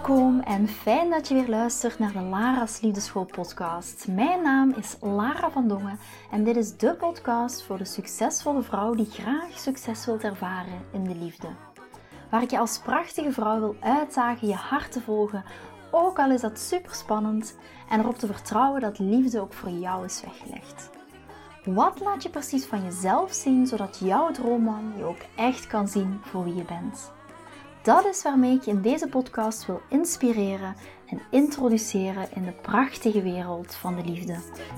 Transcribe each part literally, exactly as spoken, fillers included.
Welkom en fijn dat je weer luistert naar de Lara's Liefdeschool podcast. Mijn naam is Lara van Dongen en dit is de podcast voor de succesvolle vrouw die graag succes wilt ervaren in de liefde. Waar ik je als prachtige vrouw wil uitdagen je hart te volgen, ook al is dat super spannend, en erop te vertrouwen dat liefde ook voor jou is weggelegd. Wat laat je precies van jezelf zien, zodat jouw droomman je ook echt kan zien voor wie je bent? Dat is waarmee ik je in deze podcast wil inspireren en introduceren in de prachtige wereld van de liefde.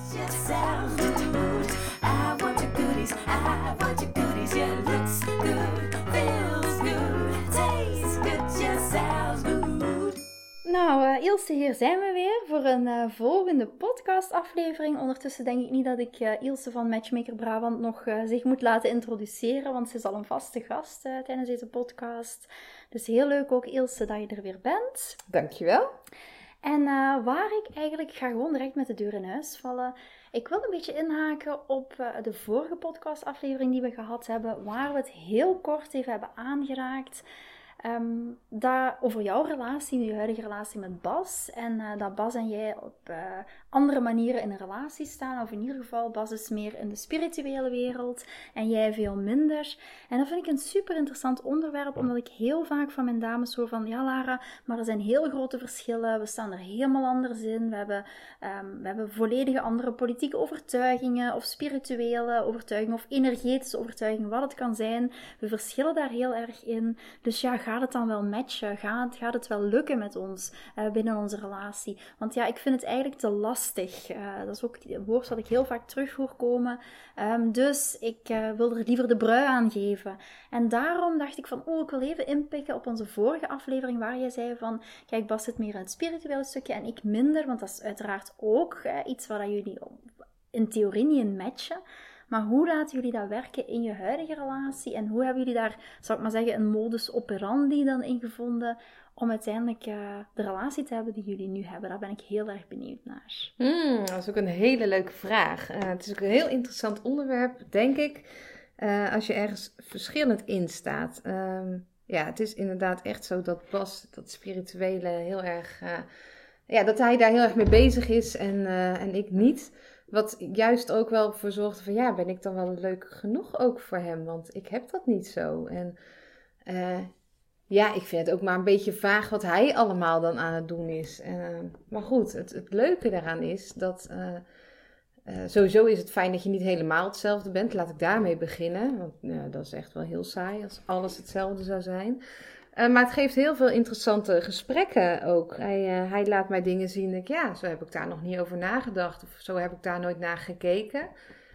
Nou, uh, Ilse, hier zijn we weer voor een uh, volgende podcastaflevering. Ondertussen denk ik niet dat ik uh, Ilse van Matchmaker Brabant nog uh, zich moet laten introduceren, want ze is al een vaste gast uh, tijdens deze podcast. Dus heel leuk ook, Ilse, dat je er weer bent. Dankjewel. En uh, waar ik eigenlijk, ik ga gewoon direct met de deur in huis vallen. Ik wil een beetje inhaken op uh, de vorige podcastaflevering die we gehad hebben, waar we het heel kort even hebben aangeraakt. Um, dat, over jouw relatie, je huidige relatie met Bas. En uh, dat Bas en jij op uh, andere manieren in een relatie staan. Of in ieder geval, Bas is meer in de spirituele wereld en jij veel minder. En dat vind ik een super interessant onderwerp, omdat ik heel vaak van mijn dames hoor van, ja Lara, maar er zijn heel grote verschillen. We staan er helemaal anders in. We hebben, um, we hebben volledige andere politieke overtuigingen, of spirituele overtuigingen, of energetische overtuigingen, wat het kan zijn. We verschillen daar heel erg in. Dus ja, gaat het dan wel matchen? Gaat, gaat het wel lukken met ons uh, binnen onze relatie? Want ja, ik vind het eigenlijk te lastig. Uh, dat is ook een woord wat ik heel vaak terug hoor komen. Um, dus ik uh, wil er liever de brui aan geven. En daarom dacht ik van, oh, ik wil even inpikken op onze vorige aflevering waar jij zei van, kijk, Bas zit meer in het spirituele stukje en ik minder, want dat is uiteraard ook uh, iets waar jullie in theorie niet in matchen. Maar hoe laten jullie dat werken in je huidige relatie? En hoe hebben jullie daar, zou ik maar zeggen, een modus operandi dan in gevonden om uiteindelijk uh, de relatie te hebben die jullie nu hebben? Daar ben ik heel erg benieuwd naar. Hmm, dat is ook een hele leuke vraag. Uh, het is ook een heel interessant onderwerp, denk ik, uh, als je ergens verschillend in staat. Um, ja, het is inderdaad echt zo dat Bas, dat spirituele, heel erg, uh, ja, dat hij daar heel erg mee bezig is en, uh, en ik niet. Wat juist ook wel voor zorgde van, ja, ben ik dan wel leuk genoeg ook voor hem? Want ik heb dat niet zo. En uh, ja, ik vind het ook maar een beetje vaag wat hij allemaal dan aan het doen is. Uh, maar goed, het, het leuke daaraan is dat, uh, uh, sowieso is het fijn dat je niet helemaal hetzelfde bent. Laat ik daarmee beginnen. Want uh, dat is echt wel heel saai als alles hetzelfde zou zijn. Uh, maar het geeft heel veel interessante gesprekken ook. Hij, uh, hij laat mij dingen zien. Ik, ja, zo heb ik daar nog niet over nagedacht. Of zo heb ik daar nooit naar gekeken.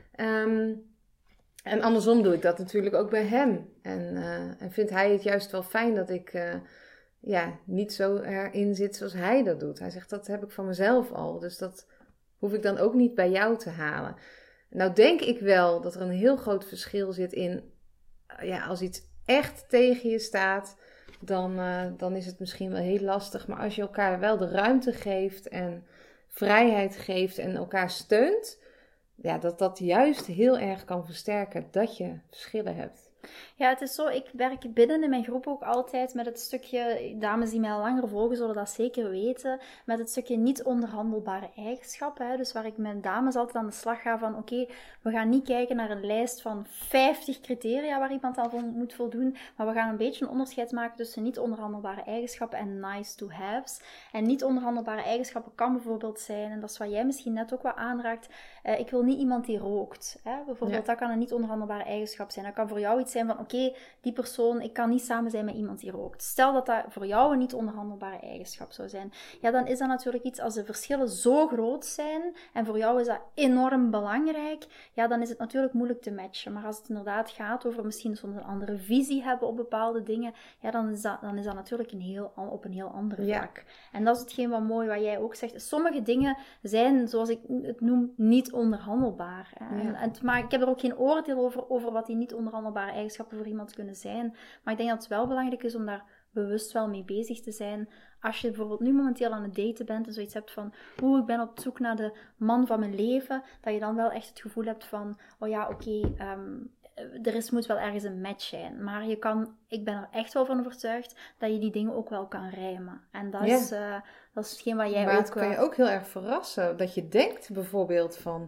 Um, en andersom doe ik dat natuurlijk ook bij hem. En, uh, en vindt hij het juist wel fijn dat ik uh, ja, niet zo erin zit zoals hij dat doet. Hij zegt, dat heb ik van mezelf al. Dus dat hoef ik dan ook niet bij jou te halen. Nou denk ik wel dat er een heel groot verschil zit in, uh, ja, als iets echt tegen je staat, Dan, uh, dan is het misschien wel heel lastig. Maar als je elkaar wel de ruimte geeft en vrijheid geeft en elkaar steunt, ja, dat dat juist heel erg kan versterken dat je verschillen hebt. Ja, het is zo, ik werk binnen in mijn groep ook altijd met het stukje, dames die mij al langer volgen zullen dat zeker weten, met het stukje niet onderhandelbare eigenschappen. Hè. Dus waar ik met dames altijd aan de slag ga van, oké, okay, we gaan niet kijken naar een lijst van vijftig criteria waar iemand aan moet voldoen, maar we gaan een beetje een onderscheid maken tussen niet onderhandelbare eigenschappen en nice to haves. En niet onderhandelbare eigenschappen kan bijvoorbeeld zijn, en dat is wat jij misschien net ook wat aanraakt, uh, ik wil niet iemand die rookt. Hè. Bijvoorbeeld, ja. Dat kan een niet onderhandelbare eigenschap zijn. Dat kan voor jou iets zijn van, oké, okay, die persoon, ik kan niet samen zijn met iemand die rookt. Stel dat dat voor jou een niet onderhandelbare eigenschap zou zijn. Ja, dan is dat natuurlijk iets, als de verschillen zo groot zijn, en voor jou is dat enorm belangrijk, ja, dan is het natuurlijk moeilijk te matchen. Maar als het inderdaad gaat over misschien soms een andere visie hebben op bepaalde dingen, ja, dan is dat, dan is dat natuurlijk een heel, op een heel ander vlak. Ja. En dat is hetgeen wat mooi, wat jij ook zegt. Sommige dingen zijn, zoals ik het noem, niet onderhandelbaar. Hè. Ja. En, en, maar ik heb er ook geen oordeel over, over wat die niet onderhandelbare eigenschappen voor iemand kunnen zijn. Maar ik denk dat het wel belangrijk is om daar bewust wel mee bezig te zijn. Als je bijvoorbeeld nu momenteel aan het daten bent en zoiets hebt van, oeh, ik ben op zoek naar de man van mijn leven, dat je dan wel echt het gevoel hebt van, oh ja, oké, okay, um, er is, moet wel ergens een match zijn. Maar je kan, ik ben er echt wel van overtuigd dat je die dingen ook wel kan rijmen. En dat, Ja. is, uh, dat is hetgeen wat jij maar ook... het kan je ook heel erg verrassen. Dat je denkt bijvoorbeeld van...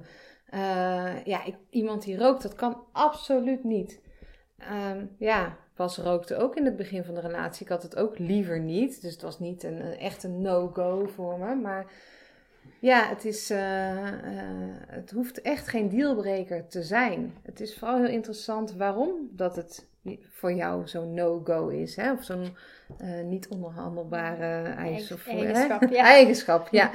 Uh, ja, ik, iemand die rookt, dat kan absoluut niet. Um, ja, Bas rookte ook in het begin van de relatie. Ik had het ook liever niet. Dus het was niet een, een echt een no-go voor me. Maar ja, het, is, uh, uh, het hoeft echt geen dealbreaker te zijn. Het is vooral heel interessant waarom dat het voor jou zo'n no-go is. Hè? Of zo'n uh, niet onderhandelbare eigenschap. Eigenschap, ja. Eigenschap, ja.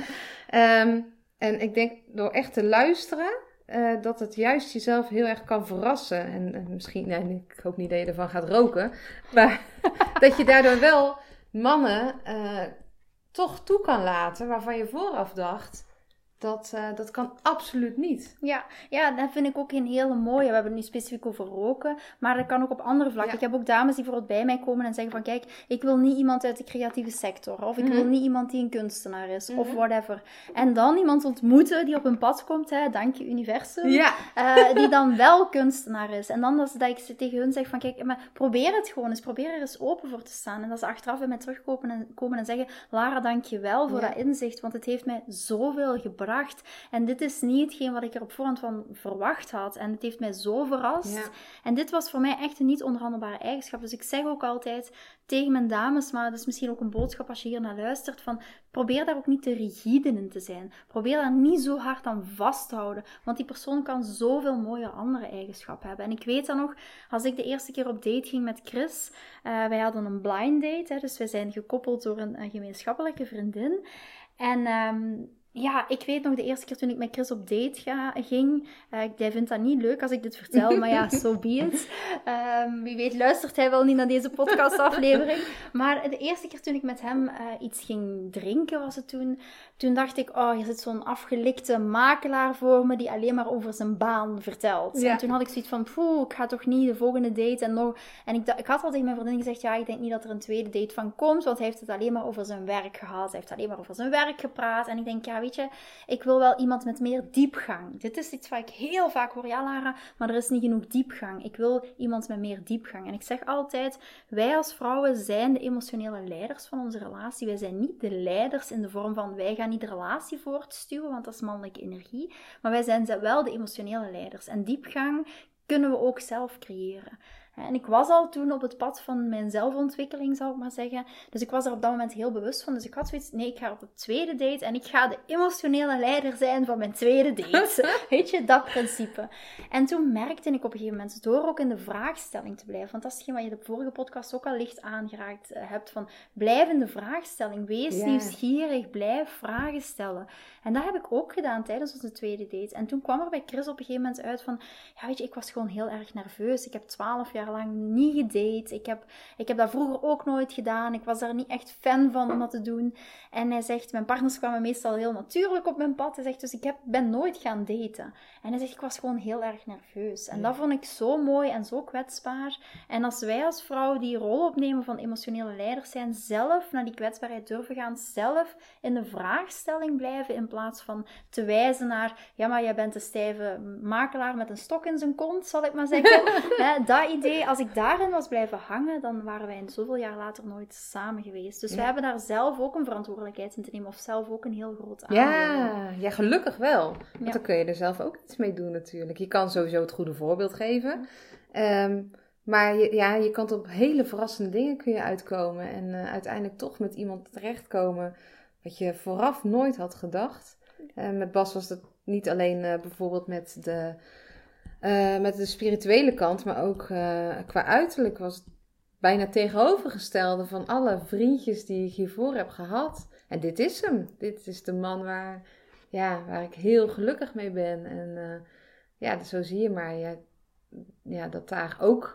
um, en ik denk door echt te luisteren... Uh, dat het juist jezelf heel erg kan verrassen. En, en misschien, nee, ik hoop niet dat je ervan gaat roken. Maar dat je daardoor wel mannen uh, toch toe kan laten. Waarvan je vooraf dacht, dat, uh, dat kan absoluut niet. Ja, ja, dat vind ik ook een hele mooie. We hebben het nu specifiek over roken. Maar dat kan ook op andere vlakken. Ja. Ik heb ook dames die bijvoorbeeld bij mij komen en zeggen van... Kijk, ik wil niet iemand uit de creatieve sector. Of ik mm-hmm. wil niet iemand die een kunstenaar is. Mm-hmm. Of whatever. En dan iemand ontmoeten die op een pad komt. Hè, dank je universum. Ja. Uh, die dan wel kunstenaar is. En dan dat, dat ik tegen hun zeg van... Kijk, maar probeer het gewoon eens. Probeer er eens open voor te staan. En dat ze achteraf bij mij terugkomen en, komen en zeggen... Lara, dank je wel voor ja. dat inzicht. Want het heeft mij zoveel gebracht. En dit is niet hetgeen wat ik er op voorhand van verwacht had. En het heeft mij zo verrast. Ja. En dit was voor mij echt een niet onderhandelbare eigenschap. Dus ik zeg ook altijd tegen mijn dames, maar dat is misschien ook een boodschap als je hier naar luistert, van probeer daar ook niet te rigide in te zijn. Probeer daar niet zo hard aan vast te houden. Want die persoon kan zoveel mooie andere eigenschappen hebben. En ik weet dan nog, als ik de eerste keer op date ging met Chris, uh, wij hadden een blind date. Hè, dus wij zijn gekoppeld door een, een gemeenschappelijke vriendin. En... Um, Ja, ik weet nog de eerste keer toen ik met Chris op date ga, ging. Uh, hij vindt dat niet leuk als ik dit vertel, maar ja, so be it. Um, wie weet luistert hij wel niet naar deze podcastaflevering. Maar de eerste keer toen ik met hem uh, iets ging drinken, was het toen. Toen dacht ik, oh, hier zit zo'n afgelikte makelaar voor me die alleen maar over zijn baan vertelt. Ja. En toen had ik zoiets van, poeh, ik ga toch niet de volgende date en nog... En ik, ik had al tegen mijn vriendin gezegd, ja, ik denk niet dat er een tweede date van komt, want hij heeft het alleen maar over zijn werk gehad. Hij heeft alleen maar over zijn werk gepraat. En ik denk, ja, weet je, ik wil wel iemand met meer diepgang. Dit is iets wat ik heel vaak hoor, ja Lara, maar er is niet genoeg diepgang. Ik wil iemand met meer diepgang. En ik zeg altijd, wij als vrouwen zijn de emotionele leiders van onze relatie. Wij zijn niet de leiders in de vorm van, wij gaan niet de relatie voortstuwen, want dat is mannelijke energie. Maar wij zijn wel de emotionele leiders. En diepgang kunnen we ook zelf creëren. En ik was al toen op het pad van mijn zelfontwikkeling, zou ik maar zeggen. Dus ik was er op dat moment heel bewust van. Dus ik had zoiets, nee, ik ga op een tweede date en ik ga de emotionele leider zijn van mijn tweede date. Weet je, dat principe. En toen merkte ik op een gegeven moment, door ook in de vraagstelling te blijven, want dat is hetgeen wat je de vorige podcast ook al licht aangeraakt hebt, van blijf in de vraagstelling, wees yeah. nieuwsgierig, blijf vragen stellen. En dat heb ik ook gedaan tijdens onze tweede date. En toen kwam er bij Chris op een gegeven moment uit van, ja weet je, ik was gewoon heel erg nerveus. Ik heb twaalf jaar lang niet gedate. Ik heb, ik heb dat vroeger ook nooit gedaan. Ik was daar niet echt fan van om dat te doen. En hij zegt, mijn partners kwamen meestal heel natuurlijk op mijn pad. Hij zegt, dus ik heb, ben nooit gaan daten. En hij zegt, ik was gewoon heel erg nerveus. En ja. dat vond ik zo mooi en zo kwetsbaar. En als wij als vrouw die rol opnemen van emotionele leiders zijn, zelf naar die kwetsbaarheid durven gaan, zelf in de vraagstelling blijven, in plaats van te wijzen naar, ja maar jij bent een stijve makelaar met een stok in zijn kont, zal ik maar zeggen. He, dat idee, als ik daarin was blijven hangen, dan waren wij in zoveel jaar later nooit samen geweest. Dus ja. wij hebben daar zelf ook een verantwoordelijkheid in te nemen, of zelf ook een heel groot aandeel. Ja, ja, gelukkig wel. Want ja. dan kun je er zelf ook iets mee doen natuurlijk. Je kan sowieso het goede voorbeeld geven. Um, maar je, ja, je kan op hele verrassende dingen kun je uitkomen. En uh, uiteindelijk toch met iemand terechtkomen wat je vooraf nooit had gedacht. Uh, met Bas was het niet alleen uh, bijvoorbeeld met de... Uh, met de spirituele kant, maar ook uh, qua uiterlijk was het bijna tegenovergestelde van alle vriendjes die ik hiervoor heb gehad. En dit is hem. Dit is de man waar, ja, waar ik heel gelukkig mee ben. En uh, ja, dus zo zie je maar ja, ja, dat daar ook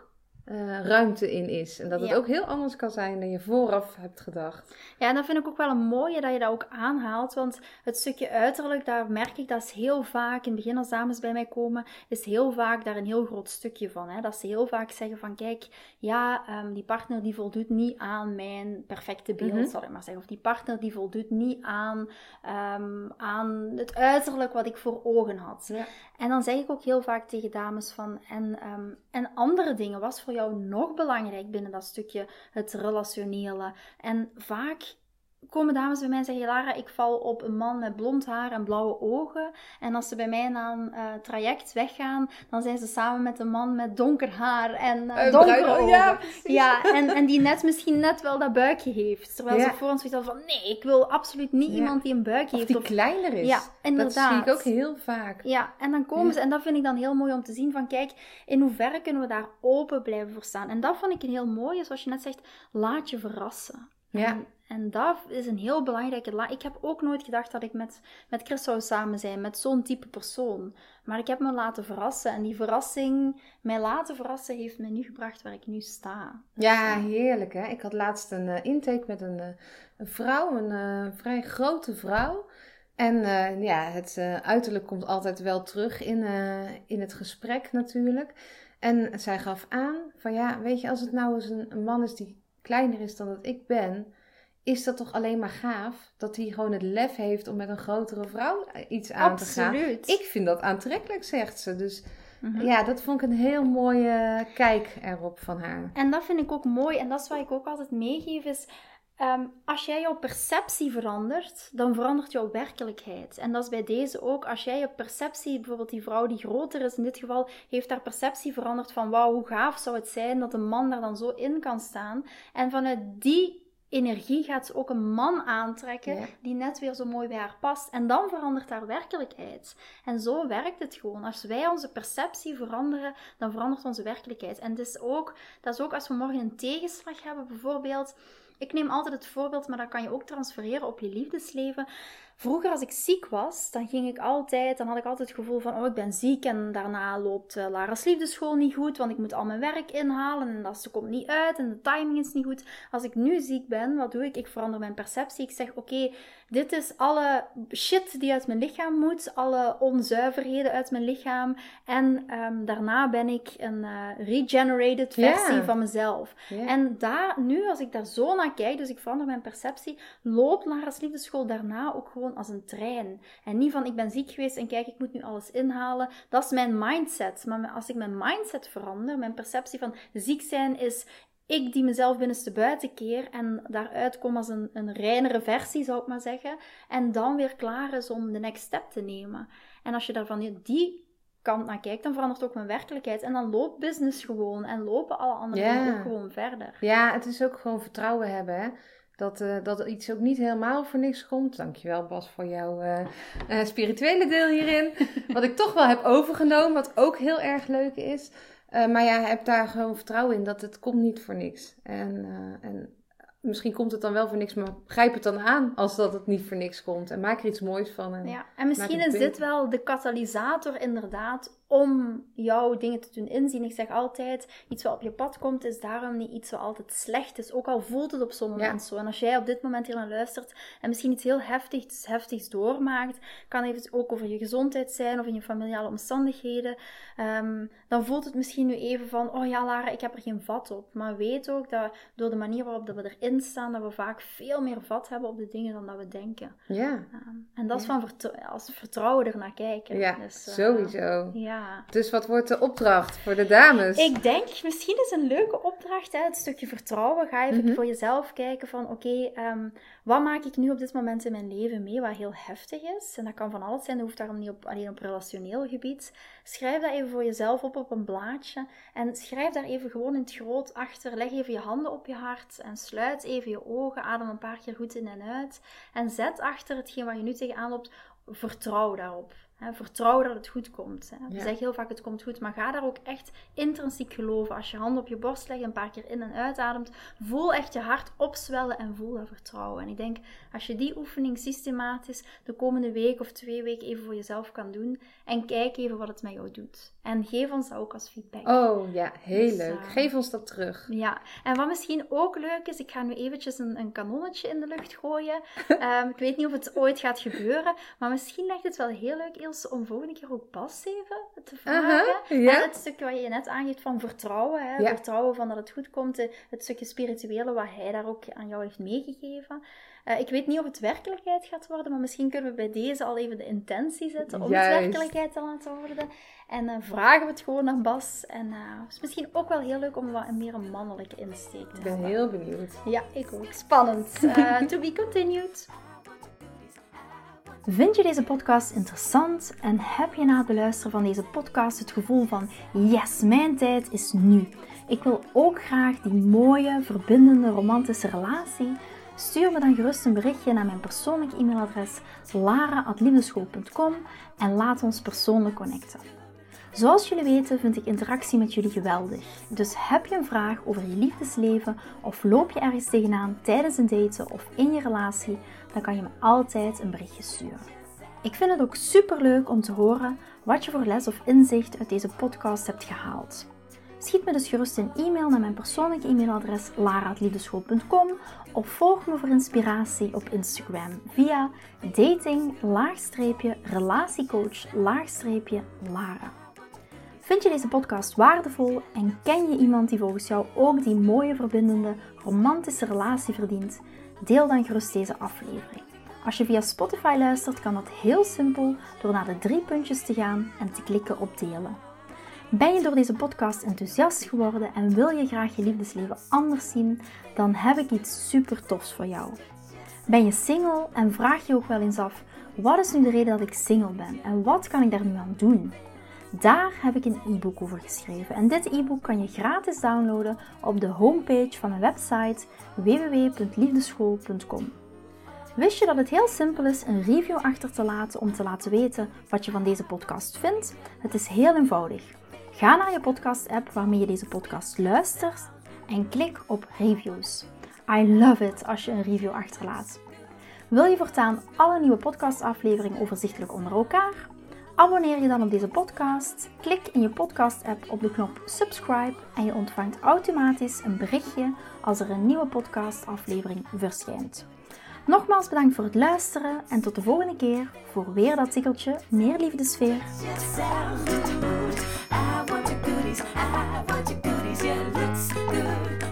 uh, ruimte in is. En dat het ja. ook heel anders kan zijn dan je vooraf hebt gedacht. Ja, en dat vind ik ook wel een mooie dat je dat ook aanhaalt. Want het stukje uiterlijk, daar merk ik, dat is heel vaak, in het begin als dames bij mij komen, is heel vaak daar een heel groot stukje van. Hè? Dat ze heel vaak zeggen van, kijk, ja, um, die partner die voldoet niet aan mijn perfecte beeld, mm-hmm. zal ik maar zeggen. Of die partner die voldoet niet aan, um, aan het uiterlijk wat ik voor ogen had. Ja. En dan zeg ik ook heel vaak tegen dames van, en, um, en andere dingen, was voor jou nog belangrijk binnen dat stukje het relationele? En vaak komen dames bij mij en zeggen, Lara, ik val op een man met blond haar en blauwe ogen. En als ze bij mij na een uh, traject weggaan, dan zijn ze samen met een man met donker haar en uh, donkere bruin, ogen. Ja, ja en, en die net misschien net wel dat buikje heeft. Terwijl ja. ze voor ons zoiets van, nee, ik wil absoluut niet ja. iemand die een buikje of heeft. Die of die kleiner is. Ja, inderdaad. Dat zie ik ook heel vaak. Ja, en dan komen ja. ze, en dat vind ik dan heel mooi om te zien van, kijk, in hoeverre kunnen we daar open blijven voor staan. En dat vond ik een heel mooie, zoals je net zegt, laat je verrassen. Ja. En, en dat is een heel belangrijke... La- ik heb ook nooit gedacht dat ik met, met Chris zou samen zijn, met zo'n type persoon. Maar ik heb me laten verrassen. En die verrassing, mij laten verrassen, heeft me nu gebracht waar ik nu sta. Dus, ja, heerlijk hè. Ik had laatst een uh, intake met een, uh, een vrouw, een uh, vrij grote vrouw. En uh, ja, het uh, uiterlijk komt altijd wel terug in, uh, in het gesprek natuurlijk. En zij gaf aan van ja, weet je, als het nou eens een, een man is die kleiner is dan dat ik ben, is dat toch alleen maar gaaf dat hij gewoon het lef heeft om met een grotere vrouw iets aan Absoluut. te gaan. Ik vind dat aantrekkelijk, zegt ze. Dus mm-hmm. ja, dat vond ik een heel mooie kijk erop van haar. En dat vind ik ook mooi. En dat is wat ik ook altijd meegeef is, um, als jij jouw perceptie verandert, dan verandert jouw werkelijkheid. En dat is bij deze ook. Als jij je perceptie, bijvoorbeeld die vrouw die groter is in dit geval, heeft haar perceptie veranderd van wauw, hoe gaaf zou het zijn dat een man daar dan zo in kan staan. En vanuit die energie gaat ze ook een man aantrekken ja. die net weer zo mooi bij haar past. En dan verandert haar werkelijkheid. En zo werkt het gewoon. Als wij onze perceptie veranderen, dan verandert onze werkelijkheid. En het is ook, dat is ook als we morgen een tegenslag hebben, bijvoorbeeld. Ik neem altijd het voorbeeld, maar dat kan je ook transfereren op je liefdesleven. Vroeger als ik ziek was, dan ging ik altijd, dan had ik altijd het gevoel van, oh ik ben ziek en daarna loopt uh, Lara's liefdeschool niet goed, want ik moet al mijn werk inhalen en dat komt niet uit en de timing is niet goed. Als ik nu ziek ben, wat doe ik? Ik verander mijn perceptie. Ik zeg, oké, okay, dit is alle shit die uit mijn lichaam moet, alle onzuiverheden uit mijn lichaam en um, daarna ben ik een uh, regenerated versie yeah. van mezelf. Yeah. En daar, nu als ik daar zo naar kijk, dus ik verander mijn perceptie, loopt Lara's liefdeschool daarna ook gewoon als een trein. En niet van, ik ben ziek geweest en kijk, ik moet nu alles inhalen. Dat is mijn mindset. Maar als ik mijn mindset verander, mijn perceptie van ziek zijn is ik die mezelf binnenste buiten keer en daaruit kom als een, een reinere versie, zou ik maar zeggen. En dan weer klaar is om de next step te nemen. En als je daar van die kant naar kijkt, dan verandert ook mijn werkelijkheid. En dan loopt business gewoon en lopen alle andere ja. dingen ook gewoon verder. Ja, het is ook gewoon vertrouwen hebben, hè. Dat, uh, dat iets ook niet helemaal voor niks komt. Dankjewel Bas voor jouw uh, uh, spirituele deel hierin. Wat ik toch wel heb overgenomen, wat ook heel erg leuk is. Uh, maar ja, heb daar gewoon vertrouwen in dat het komt niet voor niks. En, uh, en misschien komt het dan wel voor niks, maar grijp het dan aan als dat het niet voor niks komt. En maak er iets moois van. En, ja, en misschien is dit wel de katalysator inderdaad om jouw dingen te doen inzien. Ik zeg altijd, iets wat op je pad komt is daarom niet iets wat altijd slecht is. Ook al voelt het op zo'n moment ja. zo. En als jij op dit moment hier naar luistert en misschien iets heel heftigs, heftigs doormaakt, kan even ook over je gezondheid zijn of in je familiale omstandigheden. Um, dan voelt het misschien nu even van, oh ja Lara, ik heb er geen vat op. Maar weet ook dat door de manier waarop dat we erin staan, dat we vaak veel meer vat hebben op de dingen dan dat we denken. Ja. Um, en dat is ja. van vertrouwen, als vertrouwen er naar kijken. Ja, dus, uh, sowieso. Ja. Dus wat wordt de opdracht voor de dames? Ik denk, misschien is een leuke opdracht, hè, het stukje vertrouwen. Ga even mm-hmm. voor jezelf kijken van, oké, okay, um, wat maak ik nu op dit moment in mijn leven mee wat heel heftig is? En dat kan van alles zijn, dat hoeft daarom niet op, alleen op relationeel gebied. Schrijf dat even voor jezelf op op een blaadje en schrijf daar even gewoon in het groot achter. Leg even je handen op je hart en sluit even je ogen, adem een paar keer goed in en uit. En zet achter hetgeen waar je nu tegenaan loopt, vertrouw daarop. He, vertrouw dat het goed komt. He. We ja. zeggen heel vaak het komt goed, maar ga daar ook echt intrinsiek geloven. Als je handen op je borst legt, een paar keer in- en uitademt, voel echt je hart opzwellen en voel dat vertrouwen. En ik denk, als je die oefening systematisch de komende week of twee weken even voor jezelf kan doen en kijk even wat het met jou doet. En geef ons dat ook als feedback. Oh ja, heel Dus, leuk. uh, Geef ons dat terug. Ja, en wat misschien ook leuk is, ik ga nu eventjes een, een kanonnetje in de lucht gooien. Um, ik weet niet of het ooit gaat gebeuren, maar misschien lijkt het wel heel leuk, Ilse, om volgende keer ook Bas even te vragen. Aha, ja. En het stukje wat je net aangeeft van vertrouwen, hè? Ja. Vertrouwen van dat het goed komt, eh, het stukje spirituele wat hij daar ook aan jou heeft meegegeven. Uh, ik weet niet of het werkelijkheid gaat worden, maar misschien kunnen we bij deze al even de intentie zetten om Juist. het werkelijkheid te laten worden. En uh, vragen we het gewoon naar Bas. En uh, het is misschien ook wel heel leuk om wat meer een mannelijke insteek te Ik ben hebben. heel benieuwd. Ja, ik ook. Spannend. Uh, to be continued. Vind je deze podcast interessant en heb je na het beluisteren van deze podcast het gevoel van yes, mijn tijd is nu. Ik wil ook graag die mooie, verbindende, romantische relatie. Stuur me dan gerust een berichtje naar mijn persoonlijke e-mailadres lara at liefdeschool punt com en laat ons persoonlijk connecten. Zoals jullie weten vind ik interactie met jullie geweldig. Dus heb je een vraag over je liefdesleven of loop je ergens tegenaan tijdens een daten of in je relatie, dan kan je me altijd een berichtje sturen. Ik vind het ook super leuk om te horen wat je voor les of inzicht uit deze podcast hebt gehaald. Schiet me dus gerust een e-mail naar mijn persoonlijke e-mailadres lara at liefdeschool punt com of volg me voor inspiratie op Instagram via dating-relatiecoach-lara. Vind je deze podcast waardevol en ken je iemand die volgens jou ook die mooie, verbindende, romantische relatie verdient? Deel dan gerust deze aflevering. Als je via Spotify luistert, kan dat heel simpel door naar de drie puntjes te gaan en te klikken op delen. Ben je door deze podcast enthousiast geworden en wil je graag je liefdesleven anders zien, dan heb ik iets super tofs voor jou. Ben je single en vraag je ook wel eens af, wat is nu de reden dat ik single ben en wat kan ik daar nu aan doen? Daar heb ik een e-book over geschreven en dit e-book kan je gratis downloaden op de homepage van mijn website w w w punt liefdeschool punt com. Wist je dat het heel simpel is een review achter te laten om te laten weten wat je van deze podcast vindt? Het is heel eenvoudig. Ga naar je podcast-app waarmee je deze podcast luistert en klik op reviews. I love it als je een review achterlaat. Wil je voortaan alle nieuwe podcastafleveringen overzichtelijk onder elkaar? Abonneer je dan op deze podcast, klik in je podcast-app op de knop subscribe en je ontvangt automatisch een berichtje als er een nieuwe podcastaflevering verschijnt. Nogmaals bedankt voor het luisteren en tot de volgende keer voor weer dat tikkeltje meer liefdesfeer. I want your goodies, I want your goodies, yeah, it looks good.